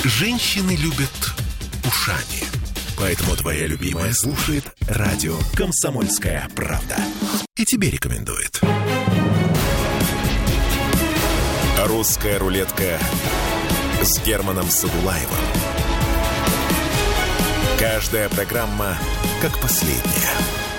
Женщины любят ушами. Поэтому твоя любимая слушает радио «Комсомольская правда». И тебе рекомендует. «Русская рулетка» с Германом Садулаевым. Каждая программа как последняя.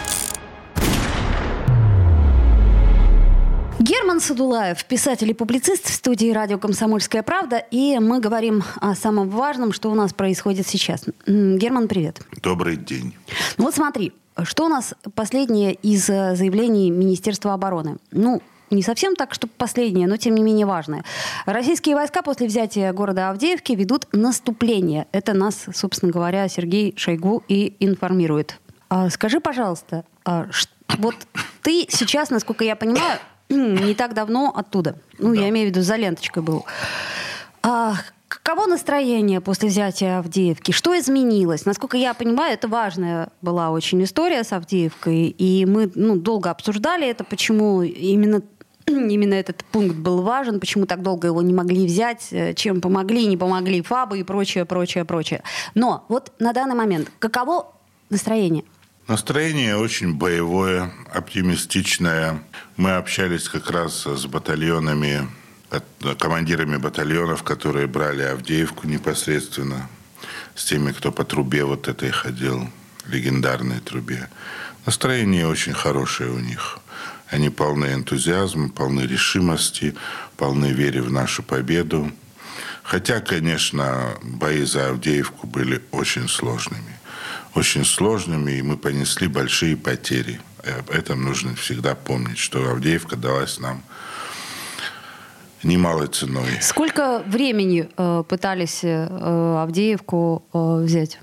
Герман Садулаев, писатель и публицист, в студии радио «Комсомольская правда». И мы говорим о самом важном, что у нас происходит сейчас. Герман, привет. Добрый день. Ну вот смотри, что у нас последнее из заявлений Министерства обороны. Не совсем так, что последнее, но тем не менее важное. Российские войска после взятия города Авдеевки ведут наступление. Это нас, собственно говоря, Сергей Шойгу и информирует. Скажи, пожалуйста, вот ты сейчас, насколько я понимаю, не так давно оттуда. Я имею в виду, за ленточкой был. Каково настроение после взятия Авдеевки? Что изменилось? Насколько я понимаю, это важная была очень история с Авдеевкой. И мы долго обсуждали это, почему именно этот пункт был важен, почему так долго его не могли взять, чем помогли, не помогли ФАБы и прочее. Но вот на данный момент каково настроение? Настроение очень боевое, оптимистичное. Мы общались как раз с батальонами, командирами батальонов, которые брали Авдеевку непосредственно, с теми, кто по трубе вот этой ходил, легендарной трубе. Настроение очень хорошее у них. Они полны энтузиазма, полны решимости, полны веры в нашу победу. Хотя, конечно, бои за Авдеевку были очень сложными. И мы понесли большие потери. И об этом нужно всегда помнить, что Авдеевка далась нам немалой ценой. Сколько времени пытались Авдеевку взять?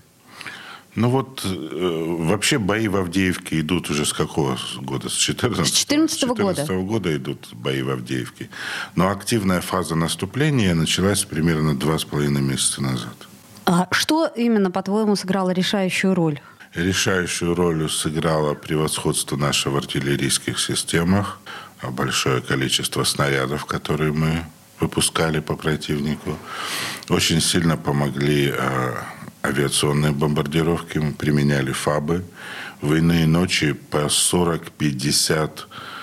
Вообще бои в Авдеевке идут уже с какого года? С 14 года идут бои в Авдеевке. Но активная фаза наступления началась примерно 2,5 месяца назад. А что именно, по-твоему, сыграло решающую роль? Решающую роль сыграло превосходство наше в артиллерийских системах, большое количество снарядов, которые мы выпускали по противнику. Очень сильно помогли авиационные бомбардировки, мы применяли ФАБы. В иные ночи по 40-50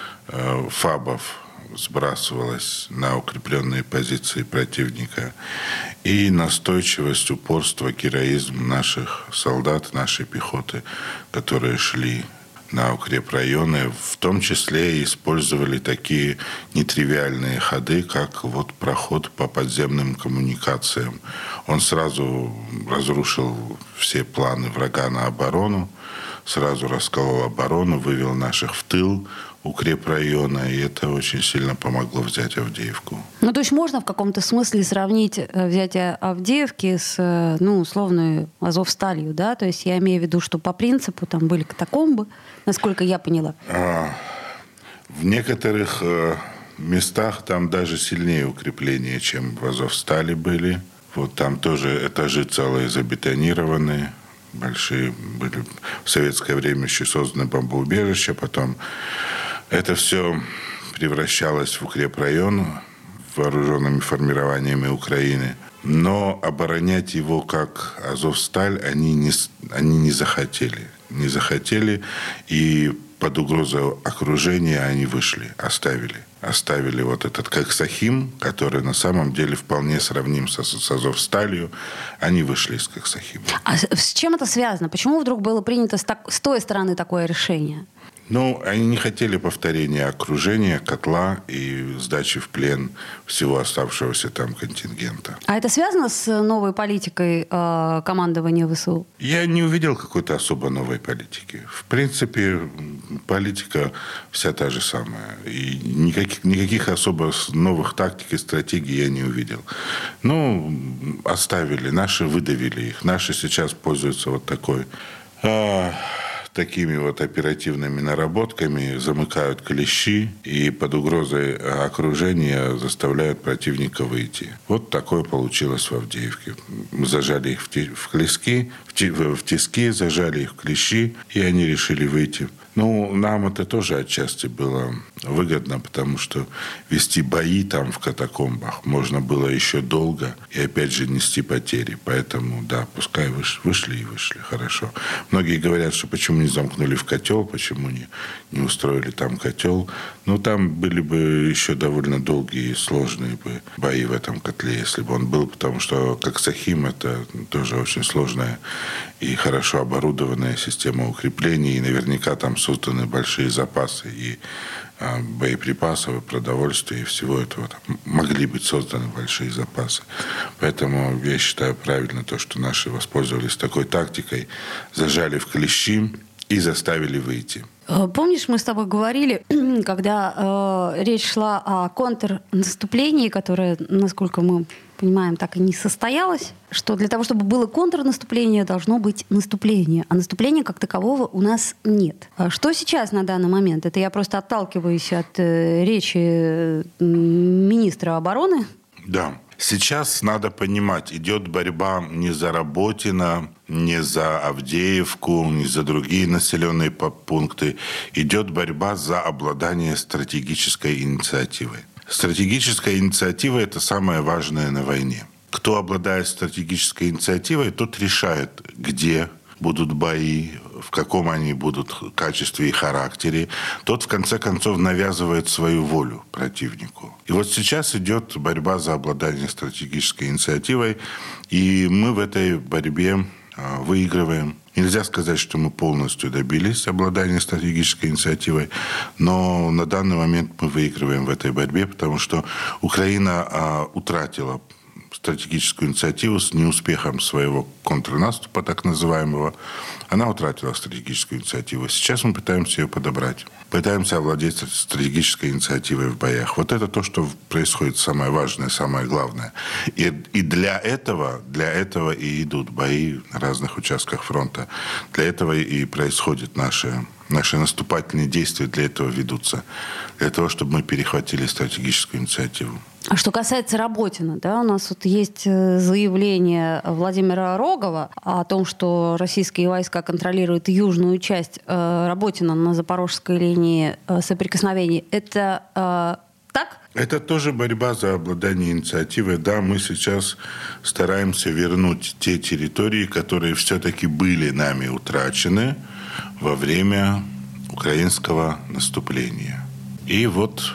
ФАБов сбрасывалось на укрепленные позиции противника. И настойчивость, упорство, героизм наших солдат, нашей пехоты, которые шли на укрепрайоны, в том числе и использовали такие нетривиальные ходы, как проход по подземным коммуникациям. Он сразу разрушил все планы врага на оборону, сразу расколол оборону, вывел наших в тыл укрепрайона, и это очень сильно помогло взять Авдеевку. То есть можно в каком-то смысле сравнить взятие Авдеевки с, условной Азовсталью, да? То есть я имею в виду, что по принципу там были катакомбы, насколько я поняла. В некоторых местах там даже сильнее укрепления, чем в Азовстали были. Там тоже этажи целые забетонированные. Большие были в советское время еще созданы бомбоубежища, потом это все превращалось в укрепрайон вооруженными формированиями Украины. Но оборонять его как Азовсталь они не захотели. Не захотели, и под угрозой окружения они вышли, оставили этот Коксахим, который на самом деле вполне сравним с Азовсталью. Они вышли из Коксахима. А с чем это связано? Почему вдруг было принято с той стороны такое решение? Они не хотели повторения окружения, котла и сдачи в плен всего оставшегося там контингента. А это связано с новой политикой командования ВСУ? Я не увидел какой-то особо новой политики. В принципе, политика вся та же самая. И никаких особо новых тактик и стратегий я не увидел. Оставили. Наши выдавили их. Наши сейчас пользуются такими оперативными наработками, замыкают клещи и под угрозой окружения заставляют противника выйти. Такое получилось в Авдеевке. Мы зажали их в тиски, зажали их в клещи, и они решили выйти. Ну, нам это тоже отчасти было выгодно, потому что вести бои там в катакомбах можно было еще долго и, опять же, нести потери. Поэтому, да, пускай вышли, хорошо. Многие говорят, что почему не замкнули в котел, почему не устроили там котел. Ну, там были бы еще довольно долгие и сложные бы бои в этом котле, если бы он был, потому что, как Сахим, это тоже очень сложная и хорошо оборудованная система укреплений, и наверняка там созданы большие запасы и боеприпасов, и продовольствия, и всего этого. Там могли быть созданы большие запасы. Поэтому я считаю правильно то, что наши воспользовались такой тактикой, зажали в клещи и заставили выйти. Помнишь, мы с тобой говорили, когда речь шла о контрнаступлении, которое, насколько мы понимаем, так и не состоялось, что для того, чтобы было контрнаступление, должно быть наступление. А наступления как такового у нас нет. Что сейчас на данный момент? Это я просто отталкиваюсь от речи министра обороны. Да. Сейчас надо понимать, идет борьба не за Работино, не за Авдеевку, не за другие населенные пункты. Идет борьба за обладание стратегической инициативой. Стратегическая инициатива – это самое важное на войне. Кто обладает стратегической инициативой, тот решает, где будут бои, в каком они будут качестве и характере, тот, в конце концов, навязывает свою волю противнику. И вот сейчас идет борьба за обладание стратегической инициативой, и мы в этой борьбе выигрываем. Нельзя сказать, что мы полностью добились обладания стратегической инициативой, но на данный момент мы выигрываем в этой борьбе, потому что Украина утратила стратегическую инициативу с неуспехом своего контрнаступа, так называемого. Она утратила стратегическую инициативу. Сейчас мы пытаемся ее подобрать. Пытаемся овладеть стратегической инициативой в боях. Вот это то, что происходит самое важное, самое главное. И для этого и идут бои на разных участках фронта. Для этого и происходят наши наступательные действия, для этого ведутся. Для того, чтобы мы перехватили стратегическую инициативу. А что касается Работина, да, у нас вот есть заявление Владимира Рогова о том, что российские войска контролируют южную часть Работина на Запорожской линии соприкосновений. Это так? Это тоже борьба за обладание инициативой. Да, мы сейчас стараемся вернуть те территории, которые все-таки были нами утрачены во время украинского наступления. И вот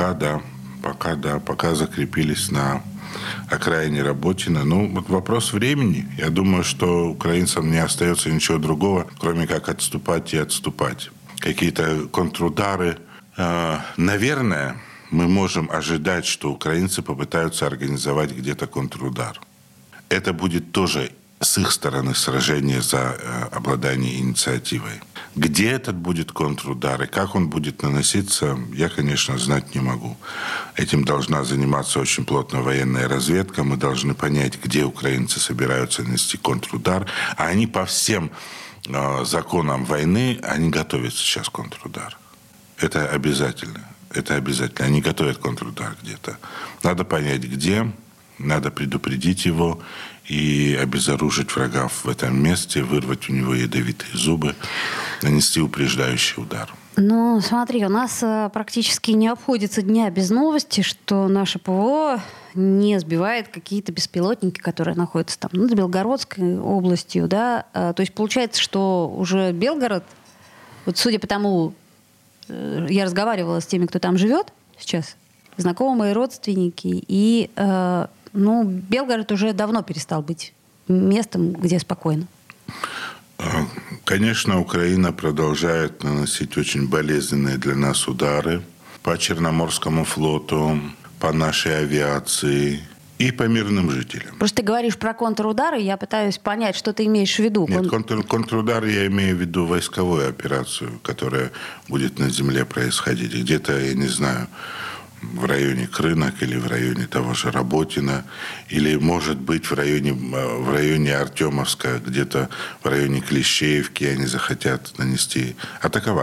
пока закрепились на окраине Работина. Ну, вот вопрос времени. Я думаю, что украинцам не остается ничего другого, кроме как отступать и отступать. Какие-то контрудары. Наверное, мы можем ожидать, что украинцы попытаются организовать где-то контрудар. Это будет тоже с их стороны сражение за обладание инициативой. Где этот будет контрудар и как он будет наноситься, я, конечно, знать не могу. Этим должна заниматься очень плотно военная разведка. Мы должны понять, где украинцы собираются нанести контрудар. А они по всем законам войны, они готовят сейчас контрудар. Это обязательно. Они готовят контрудар где-то. Надо понять, где. Надо предупредить его и обезоружить врага в этом месте, вырвать у него ядовитые зубы, нанести упреждающий удар. Ну, смотри, у нас практически не обходится дня без новости, что наше ПВО не сбивает какие-то беспилотники, которые находятся там над Белгородской областью, да. То есть получается, что уже Белгород, вот судя по тому, я разговаривала с теми, кто там живет сейчас, знакомые, родственники, и Белгород уже давно перестал быть местом, где спокойно. Конечно, Украина продолжает наносить очень болезненные для нас удары по Черноморскому флоту, по нашей авиации и по мирным жителям. Просто ты говоришь про контрудары, я пытаюсь понять, что ты имеешь в виду. Нет, контрудар я имею в виду войсковую операцию, которая будет на земле происходить. Где-то, я не знаю, в районе Крынок или в районе того же Работина, или, может быть, в районе Артемовска, где-то в районе Клещеевки они захотят атаковать.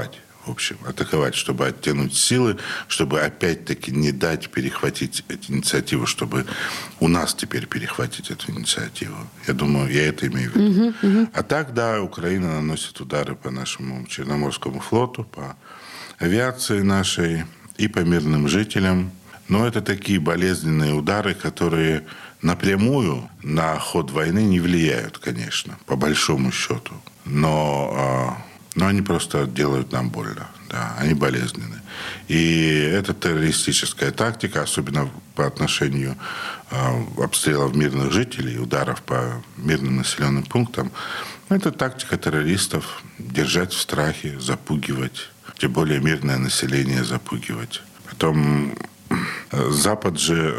в общем, атаковать, чтобы оттянуть силы, чтобы опять-таки не дать перехватить эту инициативу, чтобы у нас теперь перехватить эту инициативу. Я думаю, я это имею в виду. А так, да, Украина наносит удары по нашему Черноморскому флоту, по авиации нашей и по мирным жителям. Но это такие болезненные удары, которые напрямую на ход войны не влияют, конечно, по большому счету. Но они просто делают нам больно. Да, они болезненны. И это террористическая тактика, особенно по отношению обстрелов мирных жителей, ударов по мирным населенным пунктам. Это тактика террористов – держать в страхе, запугивать. Тем более мирное население запугивать. Потом Запад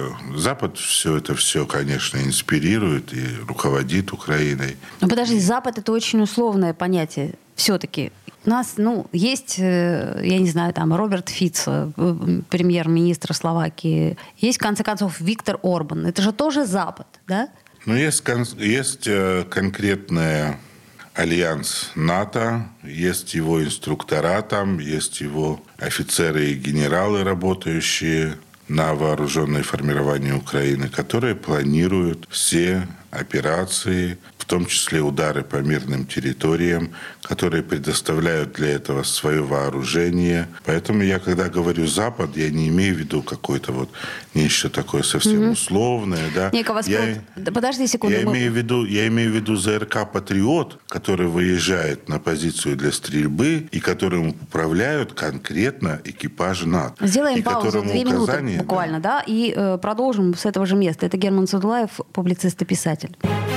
все, конечно, инспирирует и руководит Украиной. Но подожди, Запад — это очень условное понятие все-таки. У нас, есть, я не знаю, там, Роберт Фицо, премьер-министр Словакии. Есть, в конце концов, Виктор Орбан. Это же тоже Запад, да? Есть конкретный альянс НАТО, есть его инструктора там, есть его офицеры и генералы, работающие на вооруженное формирование Украины, которые планируют все операции, в том числе удары по мирным территориям, которые предоставляют для этого свое вооружение. Поэтому я, когда говорю «Запад», я не имею в виду какое-то нечто такое совсем условное. Да? Подожди секунду. Я имею в виду ЗРК «Патриот», который выезжает на позицию для стрельбы и которым управляют конкретно экипажи НАТО. Сделаем паузу 2 минуты буквально, да, и продолжим с этого же места. Это Герман Садулаев, публицист и писатель.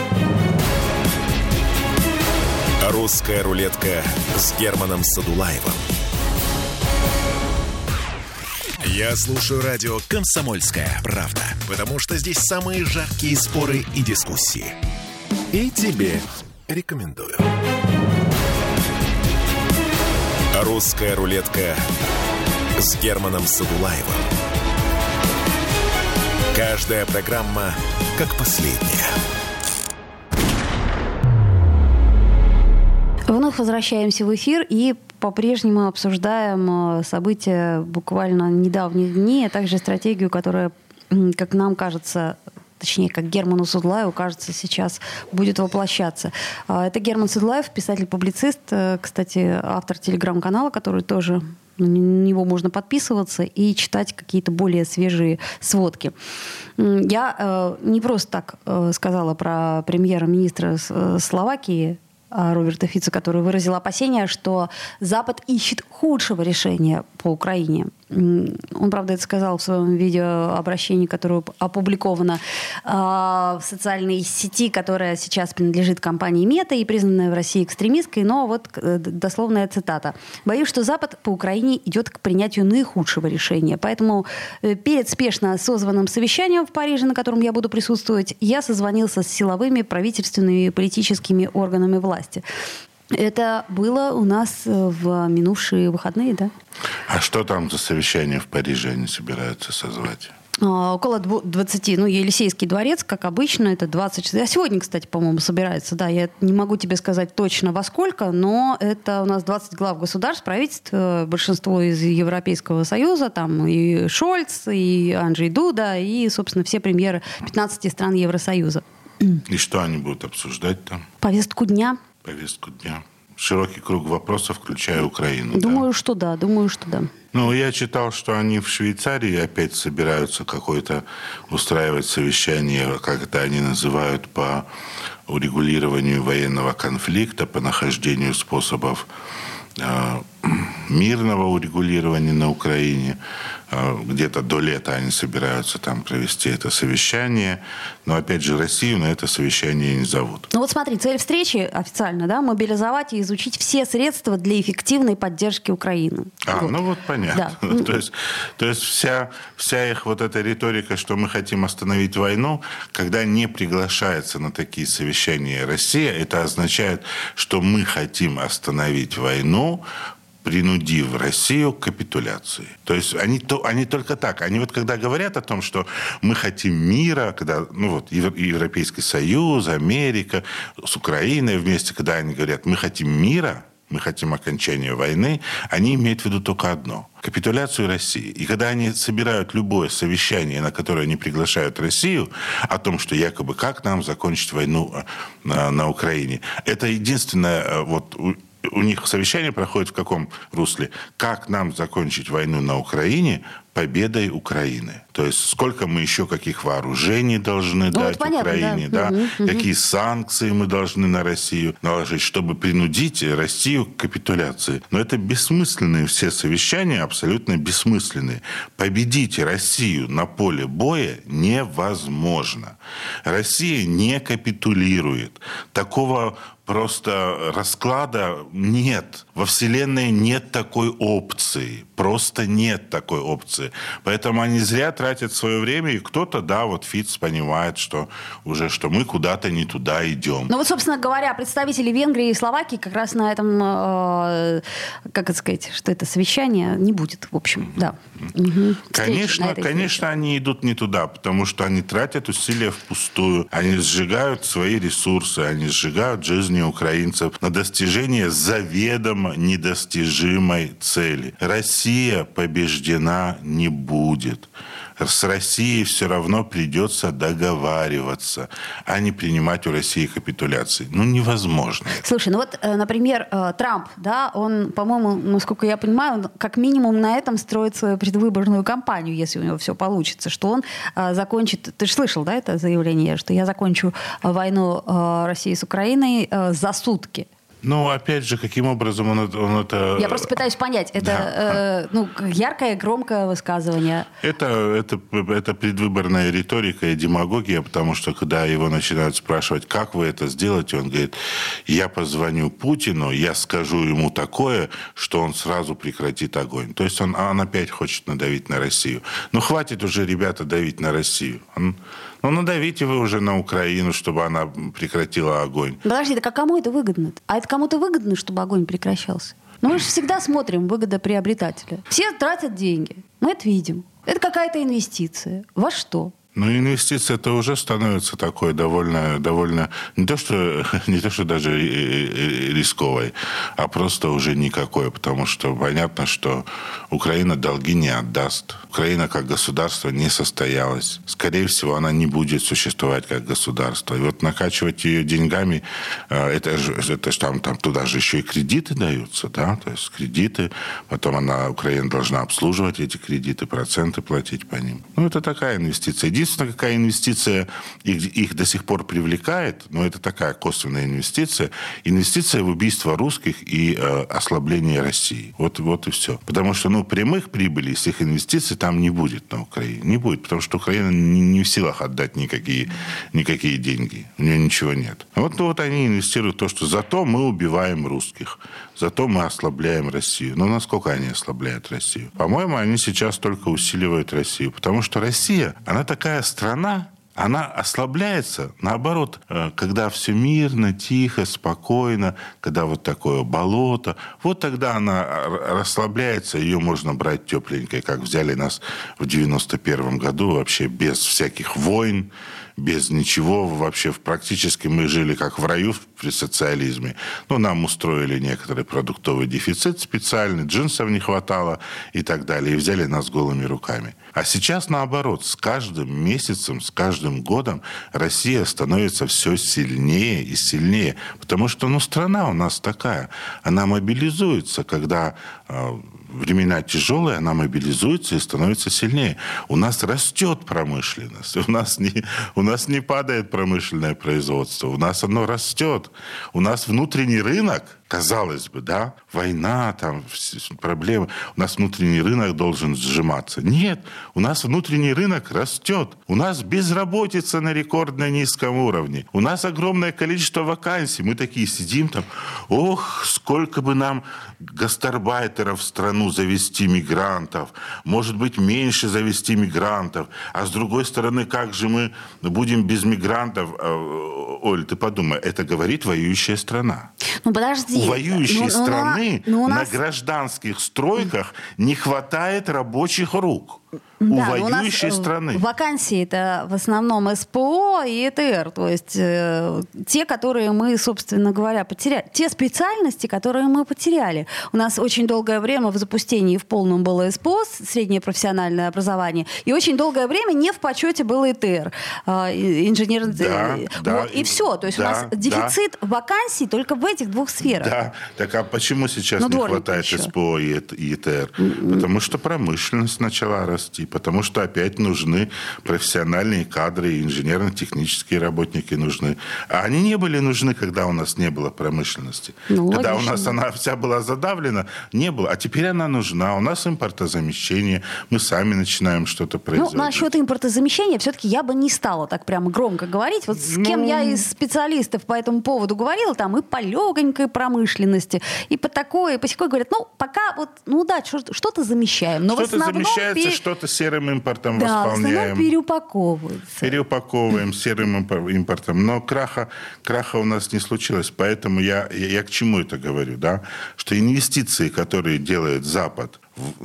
«Русская рулетка» с Германом Садулаевым. Я слушаю радио «Комсомольская правда», потому что здесь самые жаркие споры и дискуссии. И тебе рекомендую. «Русская рулетка» с Германом Садулаевым. Каждая программа как последняя. Вновь возвращаемся в эфир и по-прежнему обсуждаем события буквально недавних дней, а также стратегию, которая, как нам кажется, точнее, как Герману Садулаеву кажется, сейчас будет воплощаться. Это Герман Садулаев, писатель-публицист, кстати, автор телеграм-канала, который тоже... На него можно подписываться и читать какие-то более свежие сводки. Я не просто так сказала про премьер-министра Словакии Роберта Фицо, который выразил опасения, что Запад ищет худшего решения по Украине. Он, правда, это сказал в своем видеообращении, которое опубликовано в социальной сети, которая сейчас принадлежит компании Мета и признанная в России экстремистской, но вот дословная цитата. «Боюсь, что Запад по Украине идет к принятию наихудшего решения. Поэтому перед спешно созванным совещанием в Париже, на котором я буду присутствовать, я созвонился с силовыми, правительственными и политическими органами власти». Это было у нас в минувшие выходные, да? А что там за совещание в Париже они собираются созвать? Около 20, Елисейский дворец, как обычно, это 20. А сегодня, кстати, по-моему, собирается, да, я не могу тебе сказать точно во сколько, но это у нас 20 глав государств, правительств, большинство из Европейского Союза, там и Шольц, и Анджей Дуда, и, собственно, все премьеры 15 стран Евросоюза. И что они будут обсуждать там? Повестку дня. Повестку дня. Широкий круг вопросов, включая Украину. Думаю, что да. Я читал, что они в Швейцарии опять собираются какое-то устраивать совещание, как это они называют, по урегулированию военного конфликта, по нахождению способов мирного урегулирования на Украине. Где-то до лета они собираются там провести это совещание. Но, опять же, Россию на это совещание не зовут. Смотри, цель встречи официально, да, мобилизовать и изучить все средства для эффективной поддержки Украины. Понятно. Да. То есть вся их вот эта риторика, что мы хотим остановить войну, когда не приглашается на такие совещания Россия, это означает, что мы хотим остановить войну, принудив Россию к капитуляции. То есть они только так. Они когда говорят о том, что мы хотим мира, когда Европейский Союз, Америка с Украиной вместе, когда они говорят, мы хотим мира, мы хотим окончания войны, они имеют в виду только одно – капитуляцию России. И когда они собирают любое совещание, на которое они приглашают Россию, о том, что якобы как нам закончить войну на Украине, это единственное, вот у них совещание проходит в каком русле? Как нам закончить войну на Украине победой Украины? То есть сколько мы еще каких вооружений должны дать понятно, Украине, да? Какие санкции мы должны на Россию наложить, чтобы принудить Россию к капитуляции. Но это бессмысленные все совещания, абсолютно бессмысленные. Победить Россию на поле боя невозможно. Россия не капитулирует. Такого просто расклада нет. Во Вселенной нет такой опции. Просто нет такой опции. Поэтому они зря тратят свое время. И кто-то, да, вот Фиц понимает, что уже что мы куда-то не туда идем. Ну вот, собственно говоря, представители Венгрии и Словакии как раз на этом, как это сказать, что это совещание не будет, в общем, да. Конечно, они идут не туда, потому что они тратят усилия впустую. Они сжигают свои ресурсы, они сжигают жизни украинцев на достижение заведомо недостижимой цели. Россия побеждена не будет. С Россией все равно придется договариваться, а не принимать у России капитуляции. Ну, невозможно. Слушай, ну вот, например, Трамп, да, он, по-моему, насколько я понимаю, он как минимум на этом строит свою предвыборную кампанию, если у него все получится, что он закончит... Ты же слышал, да, это заявление, что я закончу войну России с Украиной за сутки. Ну, опять же, каким образом он это... Я просто пытаюсь понять. Это яркое, громкое высказывание. Это предвыборная риторика и демагогия, потому что, когда его начинают спрашивать, как вы это сделаете, он говорит, я позвоню Путину, я скажу ему такое, что он сразу прекратит огонь. То есть он опять хочет надавить на Россию. Ну, хватит уже, ребята, давить на Россию. Ну, надавите вы уже на Украину, чтобы она прекратила огонь. Подожди, так а кому это выгодно? А это кому-то выгодно, чтобы огонь прекращался? Ну, мы же всегда смотрим выгодоприобретателя. Все тратят деньги. Мы это видим. Это какая-то инвестиция. Во что? Ну, инвестиция-то уже становится такой довольно не то что даже рисковой, а просто уже никакой, потому что понятно, что Украина долги не отдаст. Украина как государство не состоялась. Скорее всего, она не будет существовать как государство. И вот накачивать ее деньгами, это же там туда же еще и кредиты даются, да, то есть кредиты, потом Украина должна обслуживать эти кредиты, проценты платить по ним. Ну, это такая инвестиция. Единственное, какая инвестиция их до сих пор привлекает, но это такая косвенная инвестиция. Инвестиция в убийство русских и ослабление России. Вот и все. Потому что прямых прибылей с их инвестиций там не будет на Украине. Не будет, потому что Украина не в силах отдать никакие деньги. У нее ничего нет. Вот они инвестируют в то, что зато мы убиваем русских. Зато мы ослабляем Россию. Но насколько они ослабляют Россию? По-моему, они сейчас только усиливают Россию. Потому что Россия, она такая страна, она ослабляется, наоборот, когда все мирно, тихо, спокойно, когда вот такое болото, вот тогда она расслабляется, ее можно брать тепленькой, как взяли нас в 91 году, вообще без всяких войн, без ничего, вообще практически мы жили как в раю при социализме. Нам устроили некоторый продуктовый дефицит специальный, джинсов не хватало и так далее, и взяли нас голыми руками. А сейчас наоборот, с каждым месяцем, с каждым годом Россия становится все сильнее и сильнее, потому что, страна у нас такая, она мобилизуется, когда времена тяжелые, она мобилизуется и становится сильнее. У нас растет промышленность, у нас не падает промышленное производство, у нас оно растет. У нас внутренний рынок, казалось бы, да, война, там, проблемы. У нас внутренний рынок должен сжиматься. Нет, у нас внутренний рынок растет. У нас безработица на рекордно низком уровне. У нас огромное количество вакансий. Мы такие сидим там, сколько бы нам гастарбайтеров в страну завести мигрантов. Может быть, меньше завести мигрантов. А с другой стороны, как же мы будем без мигрантов? Оль, ты подумай, это говорит воюющая страна. Ну, подожди. У воюющей страны на гражданских стройках не хватает рабочих рук. У воюющей страны. Вакансии это в основном СПО и ЭТР, то есть те, которые мы, собственно говоря, потеряли. Те специальности, которые мы потеряли. У нас очень долгое время в запустении в полном было СПО, среднее профессиональное образование, и очень долгое время не в почете был ЭТР, инженер. И все. То есть у нас дефицит вакансий только в этих двух сферах. Да. Так а почему сейчас не хватает СПО и ЭТР? Потому что промышленность начала расти, потому что опять нужны профессиональные кадры, инженерно-технические работники нужны. А они не были нужны, когда у нас не было промышленности. Когда у нас она вся была задавлена, не было. А теперь она нужна. У нас импортозамещение. Мы сами начинаем что-то производить. Насчет импортозамещения все-таки я бы не стала так прямо громко говорить. Вот с кем я из специалистов по этому поводу говорила, там и по легонькой промышленности, и по такой, и по сякой говорят, пока что-то замещаем. Но что-то замещается, что-то серым импортом восполняем. В основном переупаковывается. Переупаковываем серым импортом. Но краха у нас не случилось. Поэтому я к чему это говорю? Да? Что инвестиции, которые делает Запад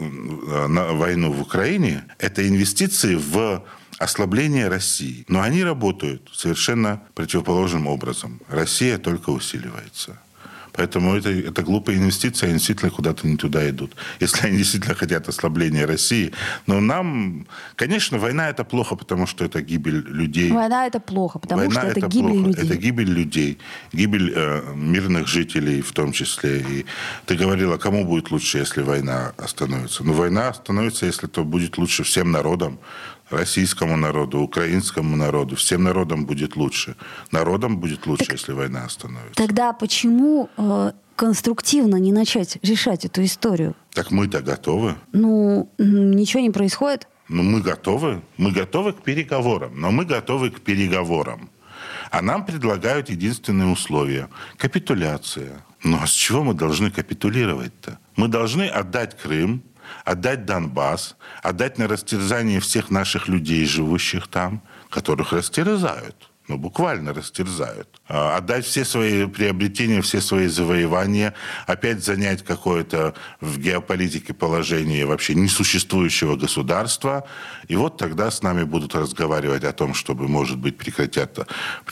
на войну в Украине, это инвестиции в ослабление России. Но они работают совершенно противоположным образом. Россия только усиливается. Поэтому это глупые инвестиции, они действительно куда-то не туда идут. Если они действительно хотят ослабления России. Но нам, конечно, война это плохо, потому что это гибель людей. Война это плохо, потому что это гибель людей. Это гибель людей, гибель мирных жителей в том числе. И ты говорила, кому будет лучше, если война остановится? Война остановится, если то будет лучше всем народам. Российскому народу, украинскому народу, всем народам будет лучше. Народам будет лучше, если война остановится. Тогда почему конструктивно не начать решать эту историю? Так мы-то готовы. Ничего не происходит. Мы готовы. Мы готовы к переговорам. Но мы готовы к переговорам. А нам предлагают единственные условия. Капитуляция. А с чего мы должны капитулировать-то? Мы должны отдать Крым, отдать Донбасс, отдать на растерзание всех наших людей, живущих там, которых растерзают. Буквально растерзают. Отдать все свои приобретения, все свои завоевания, опять занять какое-то в геополитике положение вообще несуществующего государства. И вот тогда с нами будут разговаривать о том, чтобы, может быть, прекратят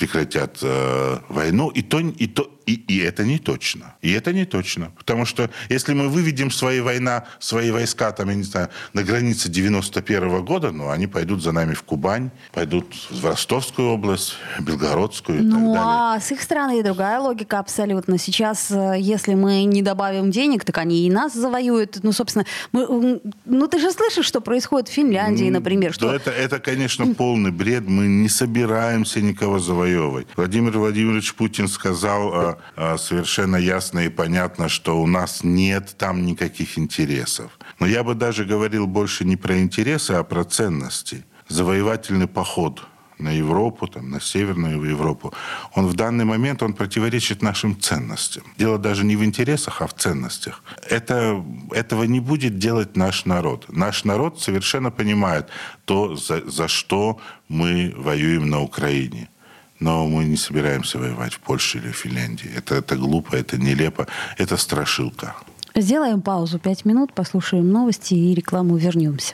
войну. И это не точно. И это не точно. Потому что если мы выведем свои войска там, я не знаю, на границе 91 года, они пойдут за нами в Кубань, пойдут в Ростовскую область, Белгородскую и так далее. А с их стороны и другая логика абсолютно. Сейчас, если мы не добавим денег, так они и нас завоюют. Собственно, ты же слышишь, что происходит в Финляндии, например. Что... Это, конечно, полный бред. Мы не собираемся никого завоевывать. Владимир Владимирович Путин сказал совершенно ясно и понятно, что у нас нет там никаких интересов. Но я бы даже говорил больше не про интересы, а про ценности. Завоевательный поход на Европу, на Северную Европу, в данный момент противоречит нашим ценностям. Дело даже не в интересах, а в ценностях. Этого не будет делать наш народ. Наш народ совершенно понимает то, за что мы воюем на Украине. Но мы не собираемся воевать в Польше или в Финляндии. Это глупо, это нелепо, это страшилка. Сделаем паузу 5 минут, послушаем новости и рекламу, вернемся.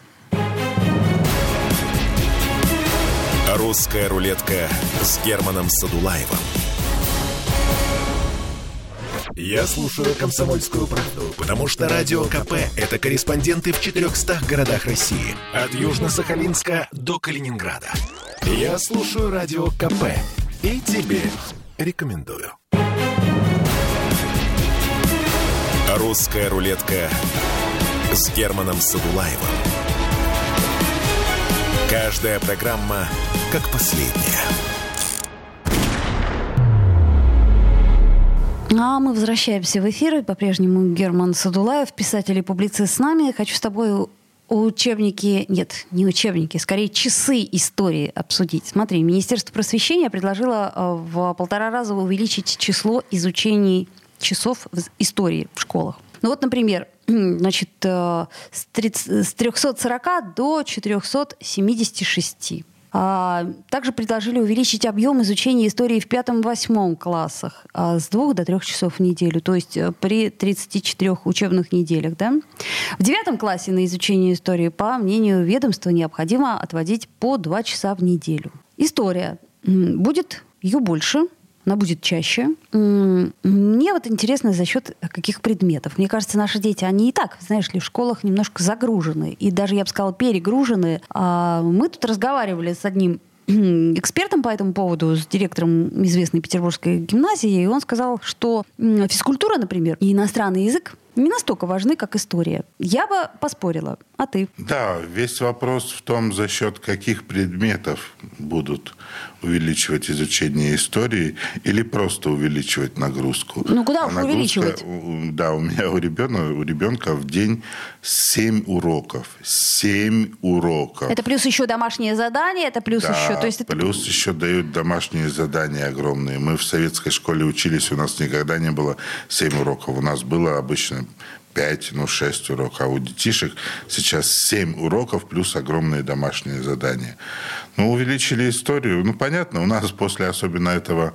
«Русская рулетка» с Германом Садулаевым. Я слушаю «Комсомольскую правду», потому что Радио КП – это корреспонденты в 400 городах России. От Южно-Сахалинска до Калининграда. Я слушаю Радио КП и тебе рекомендую. «Русская рулетка» с Германом Садулаевым. Каждая программа как последняя. А мы возвращаемся в эфир. И по-прежнему Герман Садулаев, писатель и публицист с нами. Хочу с тобой скорее часы истории обсудить. Смотри, Министерство просвещения предложило в 1,5 раза увеличить число изучений часов истории в школах. Например, с 340 до 476. Также предложили увеличить объем изучения истории в 5-8 классах с 2 до 3 часов в неделю, то есть при 34 учебных неделях. Да? В 9 классе на изучение истории, по мнению ведомства, необходимо отводить по 2 часа в неделю. История. Будет ее больше, она будет чаще. Мне вот интересно, за счет каких предметов. Мне кажется, наши дети, они и так, знаешь ли, в школах немножко загружены. И даже, я бы сказала, перегружены. Мы тут разговаривали с одним экспертом по этому поводу, с директором известной петербургской гимназии, и он сказал, что физкультура, например, и иностранный язык не настолько важны, как история. Я бы поспорила. А ты? Да, весь вопрос в том, за счет каких предметов будут увеличивать изучение истории или просто увеличивать нагрузку. Ну, куда уж увеличивать? Да, у ребенка в день 7 уроков. 7 уроков. Это плюс еще домашние задания, это плюс еще... То есть это... плюс еще дают домашние задания огромные. Мы в советской школе учились, у нас никогда не было 7 уроков. У нас было обычно 5, 6 уроков. А у детишек сейчас 7 уроков плюс огромные домашние задания. Увеличили историю. Понятно, у нас после особенно этого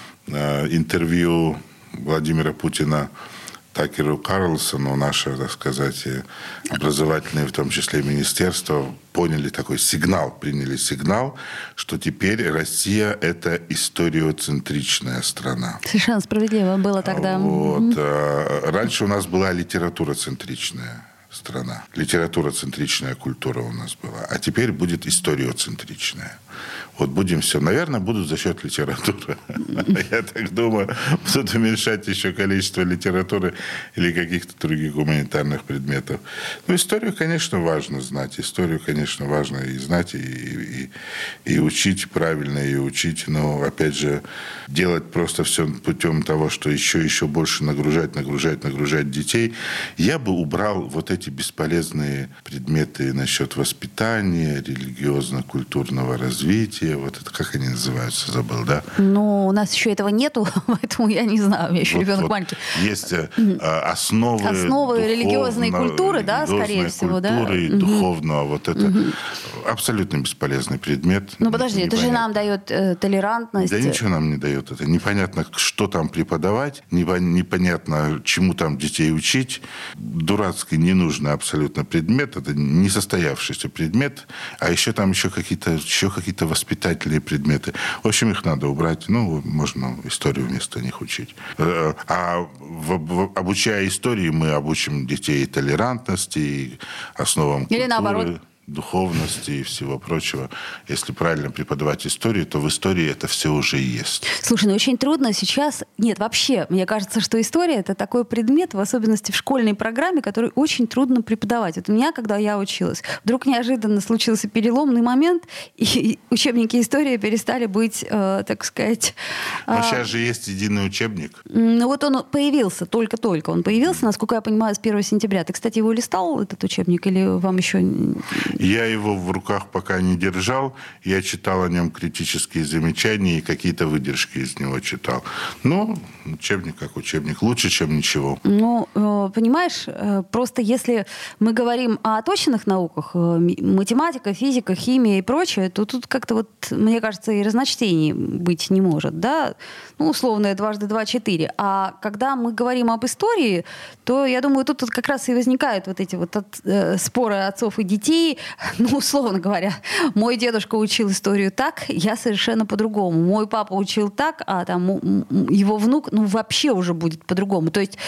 интервью Владимира Путина Такеру Карлсону, наше, так сказать, образовательное, в том числе министерство, приняли сигнал, что теперь Россия – это историоцентричная страна. Совершенно справедливо было тогда. Раньше у нас была литературоцентричная страна. Литературоцентричная культура у нас была. А теперь будет историоцентричная. Будем все. Наверное, будут за счет литературы. Я так думаю, будут уменьшать еще количество литературы или каких-то других гуманитарных предметов. Историю, конечно, важно знать. Историю, конечно, важно и знать, и учить правильно, и учить. Но, опять же, делать просто все путем того, что еще больше нагружать детей. Я бы убрал эти бесполезные предметы насчет воспитания, религиозно-культурного развития. Это как они называются, забыл, да? У нас еще этого нету, поэтому я не знаю, у меня еще ребенок маленький. Есть основы религиозной культуры, да, скорее всего, да? Культуры и духовного, это абсолютно бесполезный предмет. Подожди, это же нам дает толерантность. Да ничего нам не дает это. Непонятно, что там преподавать, непонятно, чему там детей учить. Дурацкий, ненужный абсолютно предмет, это несостоявшийся предмет, а еще какие-то воспитательные предметы. В общем, их надо убрать. Можно историю вместо них учить. Обучая истории, мы обучим детей и толерантности, и основам культуры. Или наоборот. Духовности и всего прочего. Если правильно преподавать историю, то в истории это все уже есть. Слушай, очень трудно сейчас... Нет, вообще, мне кажется, что история — это такой предмет, в особенности в школьной программе, который очень трудно преподавать. У меня, когда я училась, вдруг неожиданно случился переломный момент, и учебники истории перестали быть, так сказать... Но сейчас же есть единый учебник. Он появился, только-только. Он появился, насколько я понимаю, с 1 сентября. Ты, кстати, его листал, этот учебник, или вам еще... Я его в руках пока не держал. Я читал о нем критические замечания и какие-то выдержки из него читал. Учебник как учебник. Лучше, чем ничего. Понимаешь, просто если мы говорим о точных науках, математика, физика, химия и прочее, то тут как-то мне кажется, и разночтений быть не может, да? Условное 2 × 2 = 4. А когда мы говорим об истории, то, я думаю, тут как раз и возникают эти споры отцов и детей. Условно говоря, мой дедушка учил историю так, я совершенно по-другому. Мой папа учил так, а его внук, вообще уже будет по-другому. То есть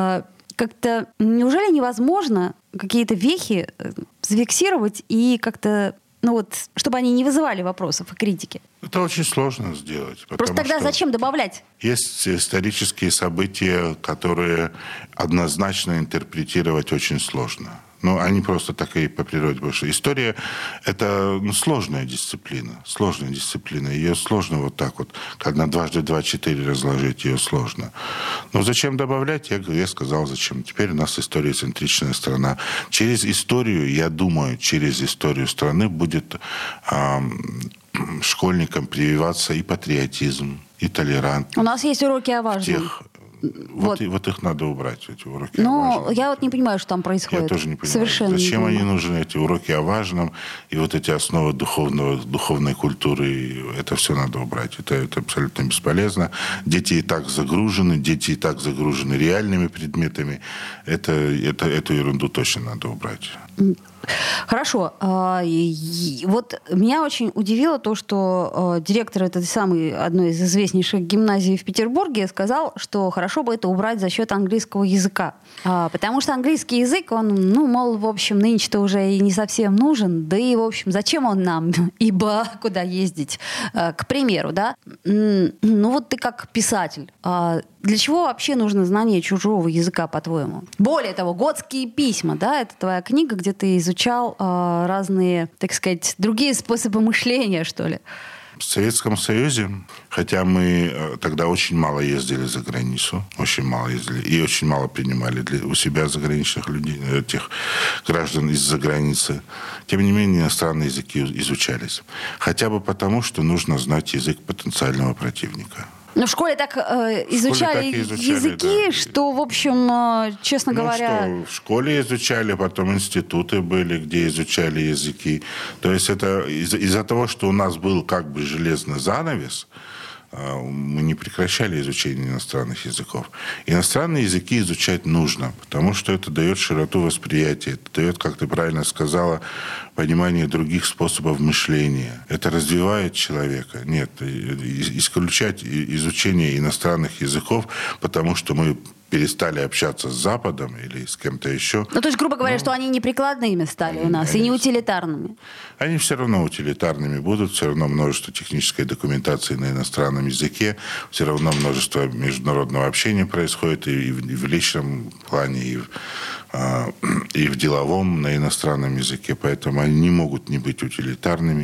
как-то неужели невозможно какие-то вехи зафиксировать и как-то, чтобы они не вызывали вопросов и критики? Это очень сложно сделать. Просто тогда зачем добавлять? Есть исторические события, которые однозначно интерпретировать очень сложно. Они просто такие по природе. Потому что история – это сложная дисциплина. Сложная дисциплина. Ее сложно когда 2 × 2 = 4 разложить, ее сложно. Но зачем добавлять? Я сказал, зачем. Теперь у нас историоцентричная страна. Через историю, я думаю, через историю страны будет школьникам прививаться и патриотизм, и толерантность. У нас есть уроки о важном. Вот их надо убрать, эти уроки Ну, о важном. я вот не понимаю, что там происходит. Я тоже не понимаю. Совершенно Зачем не они понимаю. нужны, эти уроки о важном, и вот эти основы духовной культуры, это все надо убрать. Это абсолютно бесполезно. Дети и так загружены реальными предметами. Эту ерунду точно надо убрать. Хорошо. Вот меня очень удивило то, что директор этой самой одной из известнейших гимназий в Петербурге сказал, что хорошо бы это убрать за счет английского языка. Потому что английский язык, он, мол, в общем, нынче-то уже и не совсем нужен. Да и, в общем, зачем он нам? Ибо куда ездить? К примеру, да? Ну вот ты как писатель. Для чего вообще нужно знание чужого языка, по-твоему? Более того, «Готские письма», да, это твоя книга, где ты изучал разные, так сказать, другие способы мышления, что ли. В Советском Союзе, хотя мы тогда очень мало ездили за границу, очень мало ездили, и очень мало принимали у себя заграничных людей, тех граждан из-за границы, тем не менее иностранные языки изучались. Хотя бы потому, что нужно знать язык потенциального противника. Но в школе так изучали языки, да. Что, в общем, честно говоря... В школе изучали, потом институты были, где изучали языки. То есть это из-за того, что у нас был как бы железный занавес, мы не прекращали изучение иностранных языков. Иностранные языки изучать нужно, потому что это дает широту восприятия, это дает, как ты правильно сказала, понимание других способов мышления. Это развивает человека. Нет, исключать изучение иностранных языков, потому что мы перестали общаться с Западом или с кем-то еще. Ну, то есть, грубо говоря, что они не прикладными стали у нас, и не утилитарными. Они все равно утилитарными будут, все равно множество технической документации на иностранном языке, все равно множество международного общения происходит и в личном плане, и в деловом на иностранном языке. Поэтому они не могут не быть утилитарными,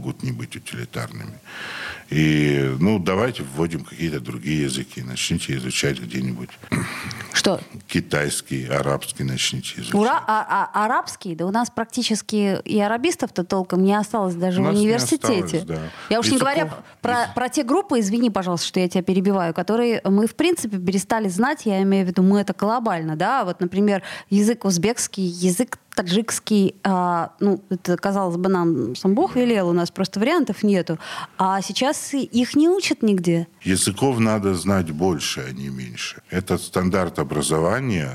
И, давайте вводим какие-то другие языки. Начните изучать где-нибудь. Что? Китайский, арабский начните изучать. Арабский? Да у нас практически и арабистов-то толком не осталось даже в университете. Осталось, да. Я уж не говоря про те группы, извини, пожалуйста, что я тебя перебиваю, которые мы, в принципе, перестали знать, я имею в виду, мы это глобально, да, вот, например, язык узбекский, язык таджикский, это, казалось бы, нам сам Бог велел, у нас просто вариантов нету. А сейчас их не учат нигде. Языков надо знать больше, а не меньше. Этот стандарт образования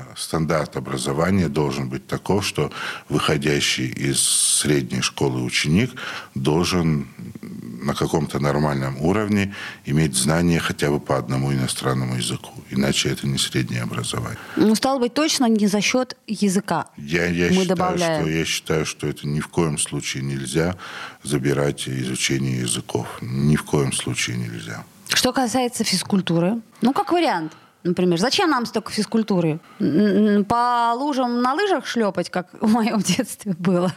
должен быть таков, что выходящий из средней школы ученик должен на каком-то нормальном уровне иметь знания хотя бы по одному иностранному языку. Иначе это не среднее образование. Стало быть, точно не за счет языка. Я считаю, что это ни в коем случае нельзя забирать изучение языков. Ни в коем случае нельзя. Что касается физкультуры, как вариант, например, зачем нам столько физкультуры? По лужам на лыжах шлепать, как в моем детстве было?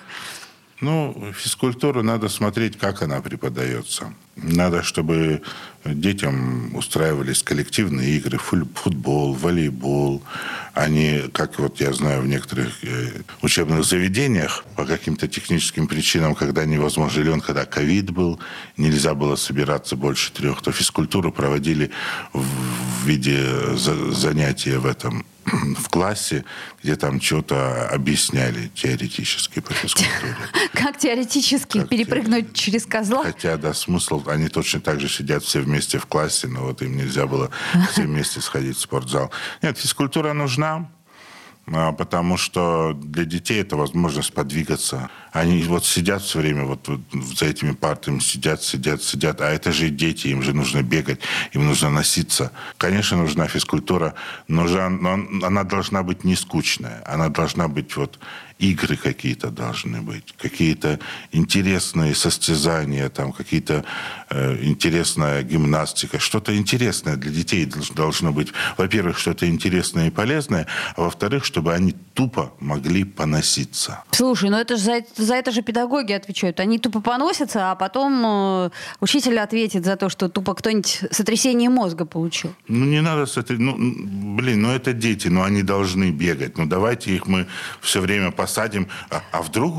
Физкультуру надо смотреть, как она преподается. Надо, чтобы детям устраивались коллективные игры, футбол, волейбол. Они, как вот я знаю в некоторых учебных заведениях, по каким-то техническим причинам, когда невозможно, или когда ковид был, нельзя было собираться больше 3, то физкультуру проводили в виде занятия в классе, где там что-то объясняли теоретически по физкультуре. Как теоретически перепрыгнуть через козла? Хотя, да, смысл, они точно так же сидят все вместе в классе, но вот им нельзя было все вместе сходить в спортзал. Нет, физкультура нужна, потому что для детей это возможность подвигаться. Они вот сидят все время вот за этими партами, сидят, а это же дети, им же нужно бегать, им нужно носиться. Конечно, нужна физкультура, но она должна быть не скучная, она должна быть игры какие-то должны быть, какие-то интересные состязания, там какие-то интересная гимнастика, что-то интересное для детей должно быть. Во-первых, что-то интересное и полезное, а во-вторых, чтобы они тупо могли поноситься. Слушай, это же что за это же педагоги отвечают. Они тупо поносятся, а потом учитель ответит за то, что тупо кто-нибудь сотрясение мозга получил. Ну, не надо это дети, они должны бегать. Давайте их мы все время посадим, а вдруг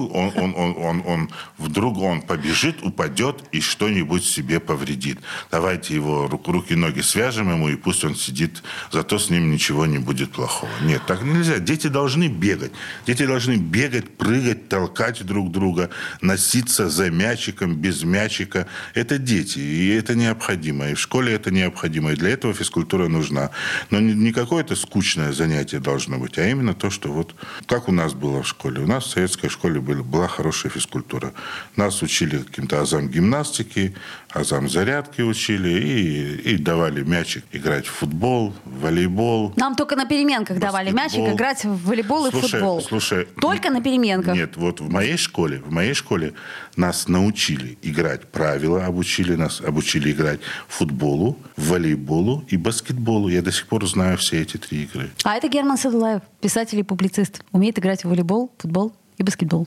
он побежит, упадет и что-нибудь себе повредит. Давайте его руки и ноги свяжем ему, и пусть он сидит, зато с ним ничего не будет плохого. Нет, так нельзя. Дети должны бегать. Дети должны бегать, прыгать, толкать друг друга, носиться за мячиком, без мячика. Это дети, и это необходимо. И в школе это необходимо. И для этого физкультура нужна. Но не какое-то скучное занятие должно быть, а именно то, что как у нас было в школе. У нас в советской школе была хорошая физкультура. Нас учили каким-то азам гимнастики, азам зарядки учили и давали мячик играть в футбол, в волейбол. Нам только на переменках давали мячик играть в волейбол и в футбол. Только на переменках. Нет, в моей школе нас научили играть правила, обучили играть футболу, волейболу и баскетболу. Я до сих пор знаю все эти 3 игры. А это Герман Садулаев, писатель и публицист. Умеет играть в волейбол, футбол и баскетбол.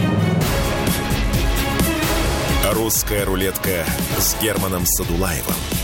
«Русская рулетка» с Германом Садулаевым.